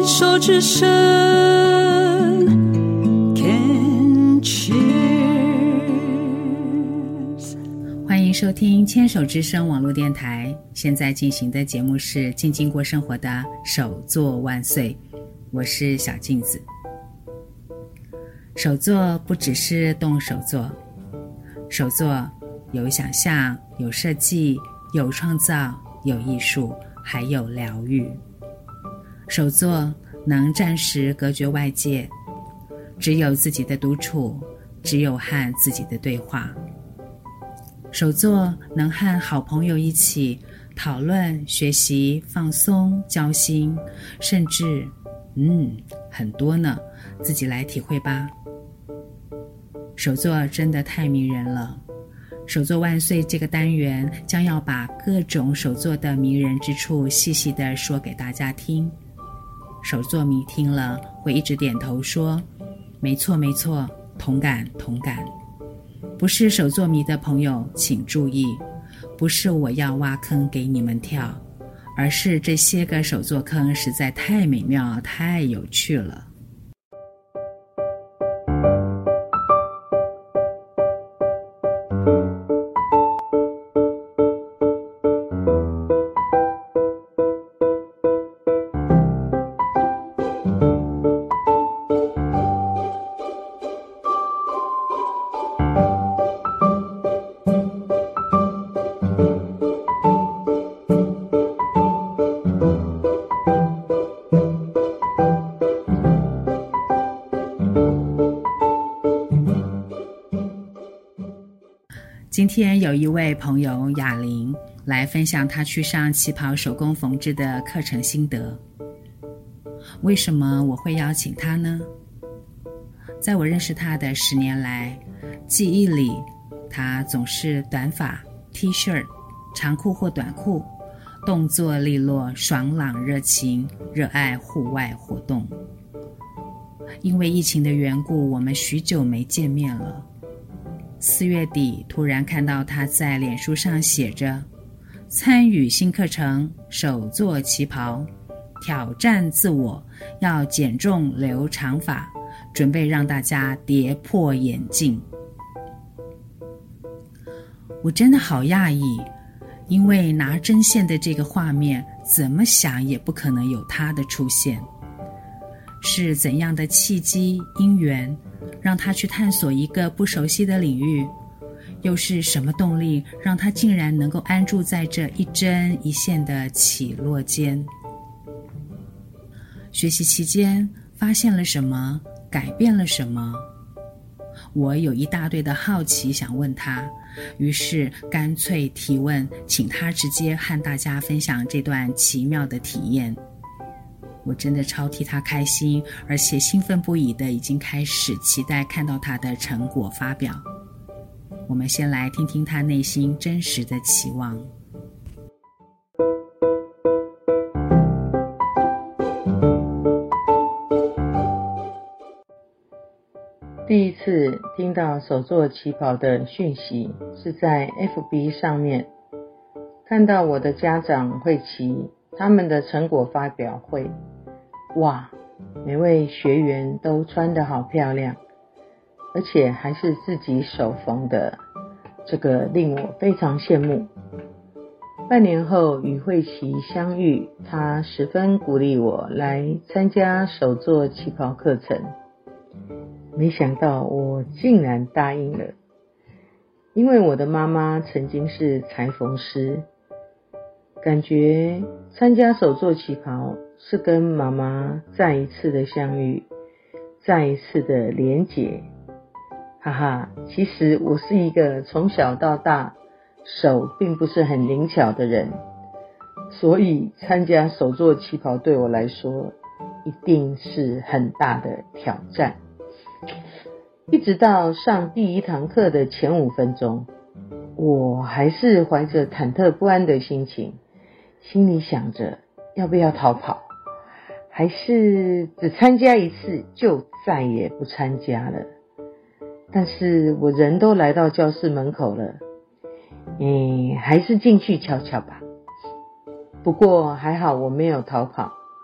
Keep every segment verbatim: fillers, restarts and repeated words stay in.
手之声 Can Cheers。 欢迎收听牵手之声网络电台，现在进行的节目是静静过生活的手作万岁，我是小镜子。手作不只是动手做，手作有想象，有设计，有创造，有艺术，还有疗愈。手作能暂时隔绝外界，只有自己的独处，只有和自己的对话。手作能和好朋友一起讨论、学习、放松、交心，甚至嗯，很多呢，自己来体会吧。手作真的太迷人了，手作万岁这个单元将要把各种手作的迷人之处细细地说给大家听。手作迷听了会一直点头说，没错没错，同感同感。不是手作迷的朋友请注意，不是我要挖坑给你们跳，而是这些个手作坑实在太美妙，太有趣了。今天有一位朋友雅玲来分享她去上旗袍手工缝制的课程心得。为什么我会邀请她呢？在我认识她的十年来，记忆里她总是短发 T 恤、长裤或短裤，动作利落，爽朗热情，热爱户外活动。因为疫情的缘故，我们许久没见面了。四月底突然看到他在脸书上写着参与新课程手作旗袍，挑战自我，要减重留长发，准备让大家跌破眼镜。我真的好讶异，因为拿针线的这个画面怎么想也不可能有他的出现。是怎样的契机因缘让他去探索一个不熟悉的领域？又是什么动力让他竟然能够安住在这一针一线的起落间？学习期间发现了什么？改变了什么？我有一大堆的好奇想问他，于是干脆提问，请他直接和大家分享这段奇妙的体验。我真的超替他开心，而且兴奋不已的已经开始期待看到他的成果发表。我们先来听听他内心真实的期望。 第一次听到手作旗袍的讯息是在 F B 上面，看到我的家长会齐他们的成果发表会，哇，每位学员都穿得好漂亮，而且还是自己手缝的，这个令我非常羡慕。半年后与慧琪相遇，她十分鼓励我来参加手作旗袍课程，没想到我竟然答应了。因为我的妈妈曾经是裁缝师，感觉参加手作旗袍是跟妈妈再一次的相遇，再一次的连结。哈哈，其实我是一个从小到大手并不是很灵巧的人，所以参加手作旗袍对我来说一定是很大的挑战。一直到上第一堂课的前五分钟，我还是怀着忐忑不安的心情，心里想着要不要逃跑，还是只参加一次就再也不参加了。但是我人都来到教室门口了，嗯，还是进去瞧瞧吧。不过还好我没有逃跑，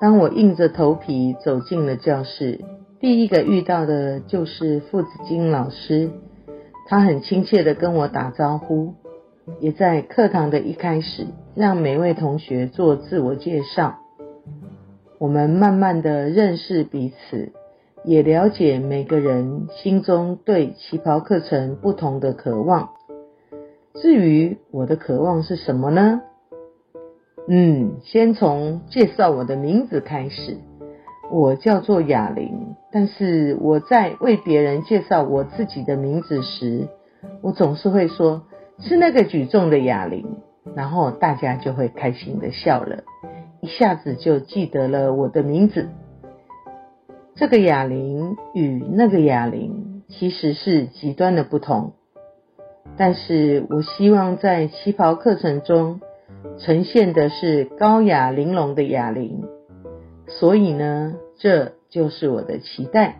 当我硬着头皮走进了教室，第一个遇到的就是傅子金老师，他很亲切地跟我打招呼，也在课堂的一开始让每位同学做自我介绍。我们慢慢地认识彼此，也了解每个人心中对旗袍课程不同的渴望。至于我的渴望是什么呢？嗯，先从介绍我的名字开始。我叫做雅玲，但是我在为别人介绍我自己的名字时，我总是会说是那个举重的雅玲，然后大家就会开心地笑了，一下子就记得了我的名字。这个雅玲与那个雅玲其实是极端的不同，但是我希望在旗袍课程中呈现的是高雅玲珑的雅玲，所以呢，这就是我的期待。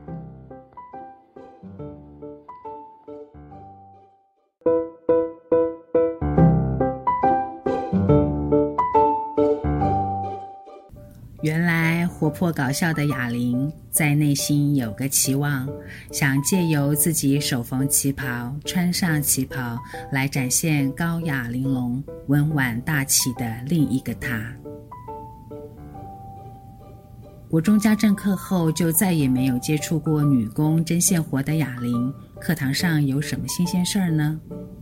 原来活泼搞笑的雅玲在内心有个期望，想借由自己手缝旗袍，穿上旗袍来展现高雅玲珑、温婉大气的另一个她。国中家政课后就再也没有接触过女工针线活的雅玲，课堂上有什么新鲜事儿呢？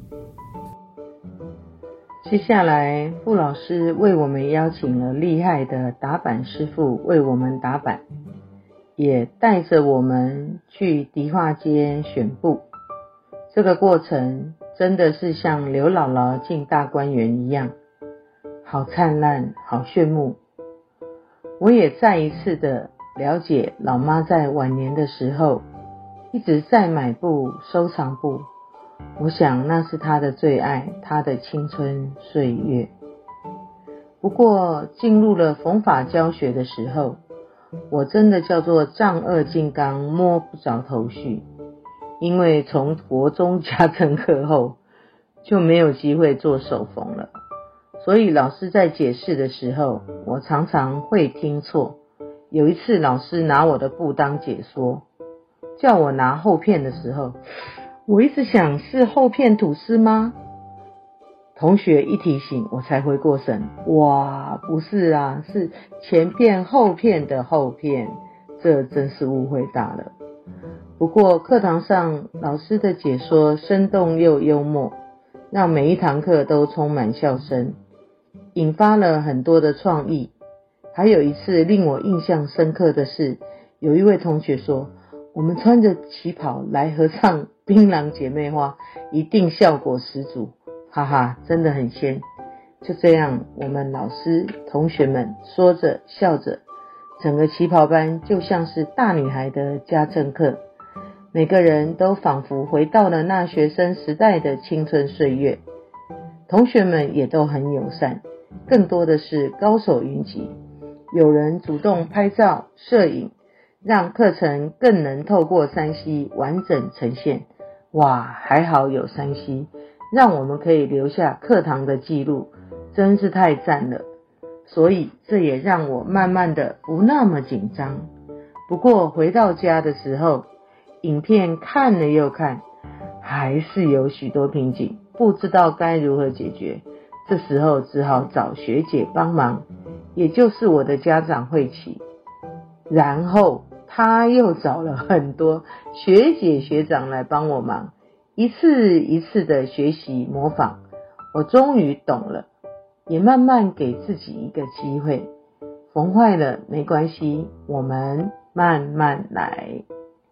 接下来傅老师为我们邀请了厉害的打板师傅为我们打板，也带着我们去迪化街选布。这个过程真的是像刘姥姥进大观园一样，好灿烂，好炫目。我也再一次的了解老妈在晚年的时候一直在买布收藏布，我想那是她的最爱，她的青春岁月。不过进入了缝法教学的时候，我真的叫做丈二金刚摸不着头绪，因为从国中家政课后就没有机会做手缝了，所以老师在解释的时候，我常常会听错。有一次老师拿我的布当解说，叫我拿厚片的时候，我一直想是厚片吐司吗？同学一提醒我才回过神，哇，不是啊，是前片后片的后片，这真是误会大了。不过课堂上老师的解说生动又幽默，让每一堂课都充满笑声，引发了很多的创意。还有一次令我印象深刻的是，有一位同学说，我们穿着旗袍来合唱槟榔姐妹花，一定效果十足，哈哈，真的很仙。就这样，我们老师同学们说着笑着，整个旗袍班就像是大女孩的家政课，每个人都仿佛回到了那学生时代的青春岁月。同学们也都很友善，更多的是高手云集，有人主动拍照摄影，让课程更能透过 三 C 完整呈现。哇，还好有 三 C， 让我们可以留下课堂的记录，真是太赞了。所以这也让我慢慢的不那么紧张。不过回到家的时候，影片看了又看，还是有许多瓶颈，不知道该如何解决。这时候只好找学姐帮忙，也就是我的家长慧琪。然后他又找了很多学姐学长来帮我忙，一次一次的学习模仿，我终于懂了，也慢慢给自己一个机会。缝坏了没关系，我们慢慢来。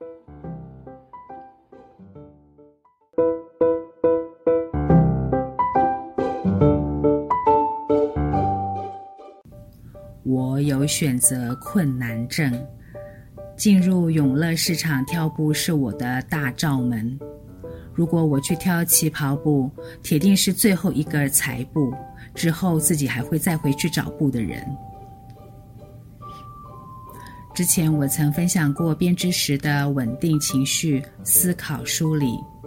我有选择困难症，进入永乐市场挑布是我的大罩门。如果我去挑旗袍布，铁定是最后一根裁布，之后自己还会再回去找布的人。之前我曾分享过编织时的稳定情绪、思考梳理。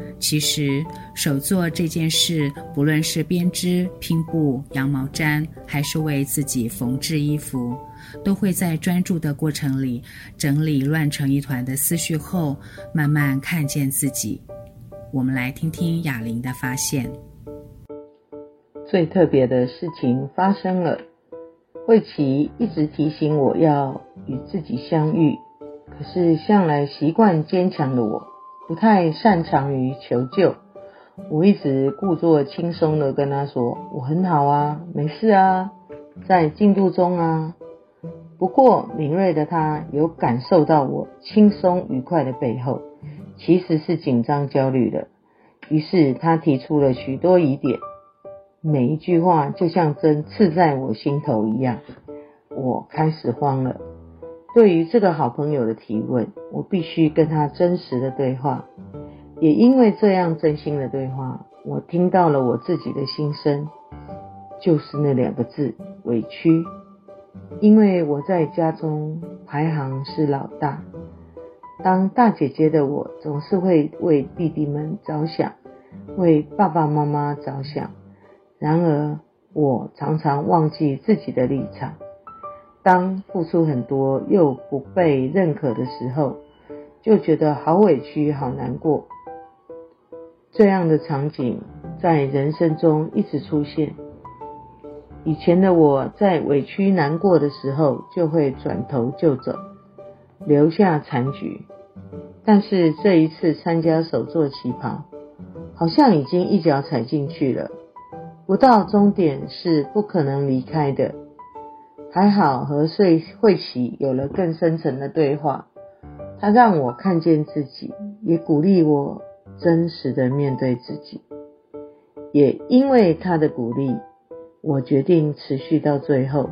其实手作这件事，不论是编织、拼布、羊毛毡，还是为自己缝制衣服，都会在专注的过程里整理乱成一团的思绪后，慢慢看见自己。我们来听听雅玲的发现。 最特别的事情发生了，慧琪一直提醒我要与自己相遇，可是向来习惯坚强的我不太擅长于求救，我一直故作轻松的跟他说，我很好啊，没事啊，在进度中啊。不过敏锐的他有感受到我轻松愉快的背后其实是紧张焦虑的，于是他提出了许多疑点，每一句话就像针刺在我心头一样。我开始慌了，对于这个好朋友的提问，我必须跟他真实的对话。也因为这样真心的对话，我听到了我自己的心声，就是那两个字，委屈。因为我在家中排行是老大，当大姐姐的我总是会为弟弟们着想，为爸爸妈妈着想，然而我常常忘记自己的立场。当付出很多又不被认可的时候，就觉得好委屈好难过。这样的场景在人生中一直出现。以前的我在委屈难过的时候就会转头就走，留下残局。但是这一次参加手作旗袍，好像已经一脚踩进去了，不到终点是不可能离开的。还好和慧琪有了更深层的对话，他让我看见自己，也鼓励我真实的面对自己。也因为他的鼓励，我决定持续到最后。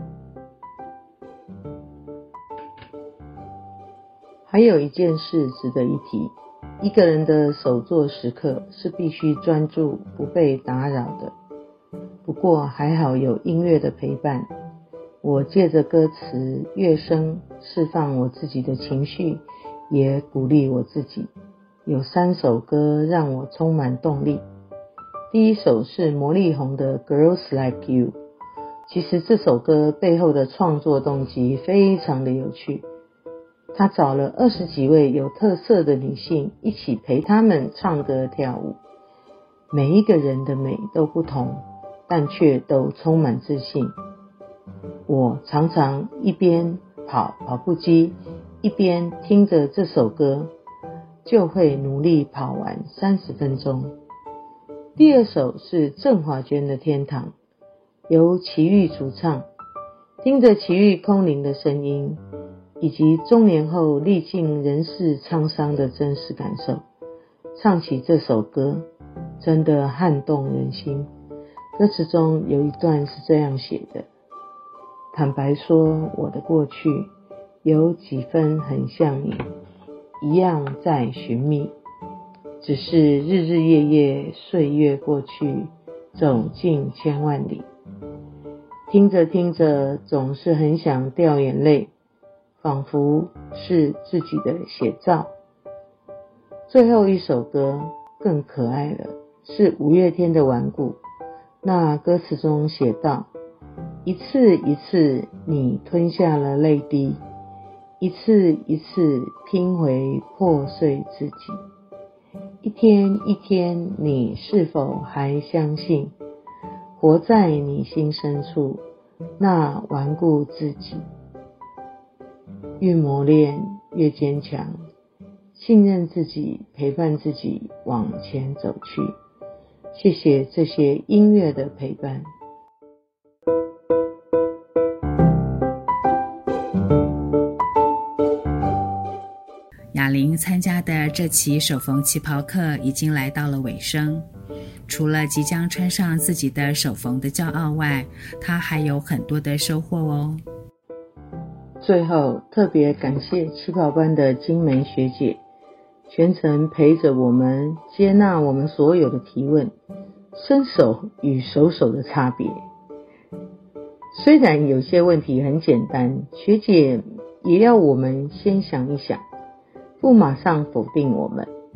还有一件事值得一提，一个人的手作时刻是必须专注不被打扰的。不过还好有音乐的陪伴，我借着歌词乐声释放我自己的情绪，也鼓励我自己。有三首歌让我充满动力。第一首是魔力红的 Girls Like You， 其实这首歌背后的创作动机非常的有趣。他找了二十几位有特色的女性一起陪他们唱歌跳舞，每一个人的美都不同，但却都充满自信。我常常一边跑跑步机，一边听着这首歌，就会努力跑完三十分钟。第二首是郑华娟的天堂，由齐豫主唱，听着齐豫空灵的声音，以及中年后历尽人世沧桑的真实感受，唱起这首歌真的撼动人心。歌词中有一段是这样写的，坦白说我的过去有几分很像你，一样在寻觅，只是日日夜夜岁月过去，走进千万里。听着听着总是很想掉眼泪，仿佛是自己的写照。最后一首歌更可爱了，是五月天的顽固。那歌词中写道，一次一次你吞下了泪滴，一次一次拼回破碎自己。一天一天你是否还相信，活在你心深处那顽固自己。越磨练越坚强，信任自己，陪伴自己往前走去。谢谢这些音乐的陪伴。 雅玲参加的这期手缝旗袍课已经来到了尾声，除了即将穿上自己的手缝的骄傲外，她还有很多的收获哦。 最后特别感谢旗袍班的金梅学姐，全程陪着我们，接纳我们所有的提问，伸手与手手的差别。虽然有些问题很简单，学姐也要我们先想一想，不马上否定我们。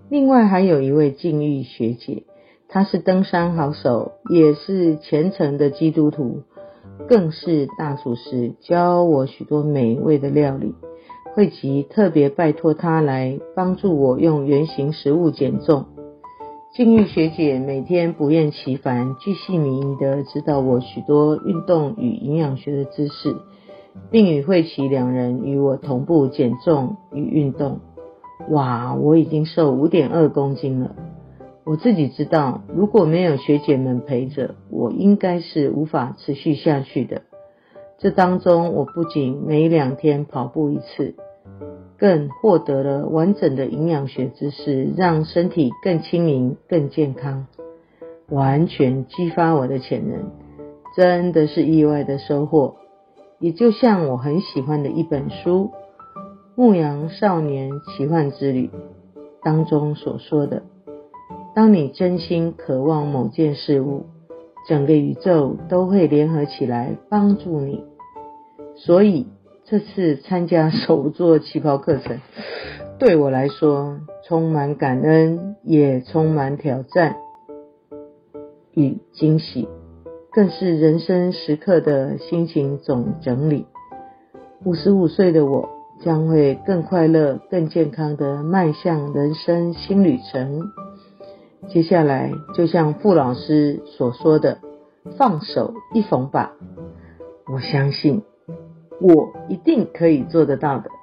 另外还有一位静玉学姐，她是登山好手，也是虔诚的基督徒，更是大厨师，教我许多美味的料理。慧琪特别拜托她来帮助我用原型食物减重。静玉学姐每天不厌其烦，巨细靡遗地指导我许多运动与营养学的知识，并与慧琪两人与我同步减重与运动。哇，我已经瘦 五点二公斤了。我自己知道，如果没有学姐们陪着，我应该是无法持续下去的。这当中，我不仅每两天跑步一次，更获得了完整的营养学知识，让身体更轻盈、更健康，完全激发我的潜能，真的是意外的收获。也就像我很喜欢的一本书《牧羊少年奇幻之旅》当中所说的，当你真心渴望某件事物，整个宇宙都会联合起来帮助你。所以这次参加手作旗袍课程，对我来说充满感恩，也充满挑战与惊喜，更是人生时刻的心情总整理。五十五岁的我将会更快乐、更健康地迈向人生新旅程。接下来就像傅老师所说的，放手一逢吧，我相信我一定可以做得到的。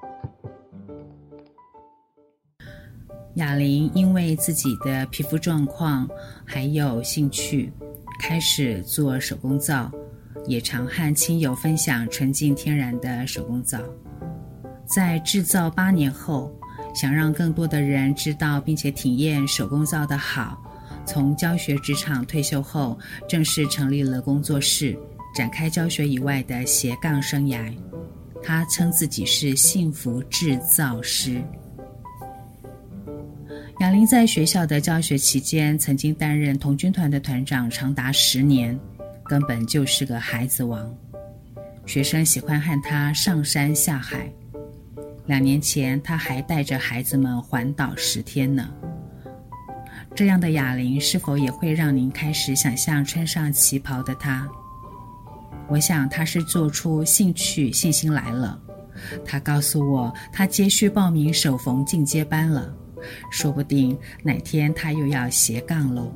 雅玲因为自己的皮肤状况还有兴趣，开始做手工皂，也常和亲友分享纯净天然的手工皂。在制造八年后，想让更多的人知道并且体验手工皂的好，从教学职场退休后，正式成立了工作室，展开教学以外的斜杠生涯。他称自己是幸福制造师。雅玲在学校的教学期间，曾经担任童军团的团长长达十年，根本就是个孩子王。学生喜欢和他上山下海。两年前，他还带着孩子们环岛十天呢。这样的雅玲，是否也会让您开始想象穿上旗袍的她？我想他是做出兴趣信心来了。他告诉我，他接续报名手缝进阶班了，说不定哪天他又要斜杠喽。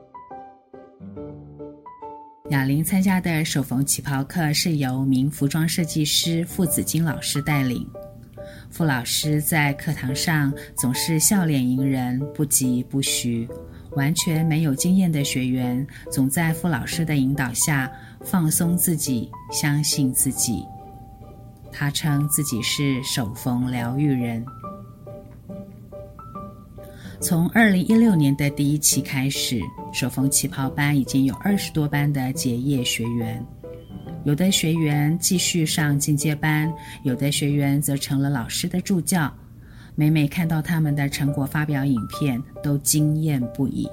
雅玲参加的手缝旗袍课是由名服装设计师傅子金老师带领。傅老师在课堂上总是笑脸迎人，不疾不徐，完全没有经验的学员总在傅老师的引导下放松自己，相信自己。他称自己是手缝疗愈人。从二零一六年的第一期开始，手缝旗袍班已经有二十多班的结业学员，有的学员继续上进阶班，有的学员则成了老师的助教。每每看到他们的成果发表影片，都惊艳不已。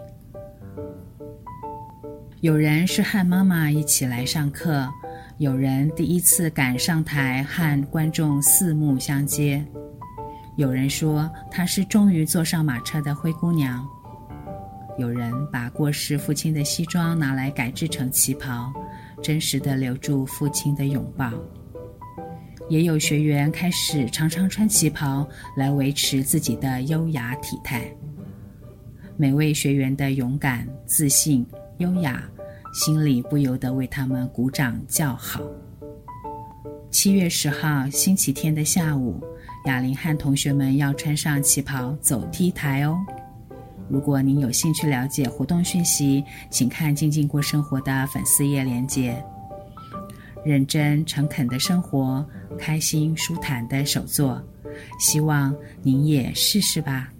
有人是和妈妈一起来上课，有人第一次赶上台和观众四目相接，有人说她是终于坐上马车的灰姑娘，有人把过世父亲的西装拿来改制成旗袍，真实地留住父亲的拥抱。也有学员开始常常穿旗袍来维持自己的优雅体态。每位学员的勇敢、自信、优雅，心里不由得为他们鼓掌叫好。七月十号星期天的下午，雅玲和同学们要穿上旗袍走 T 台哦。如果您有兴趣了解活动讯息，请看静静过生活的粉丝页连结。认真诚恳的生活，开心舒坦的手作，希望您也试试吧。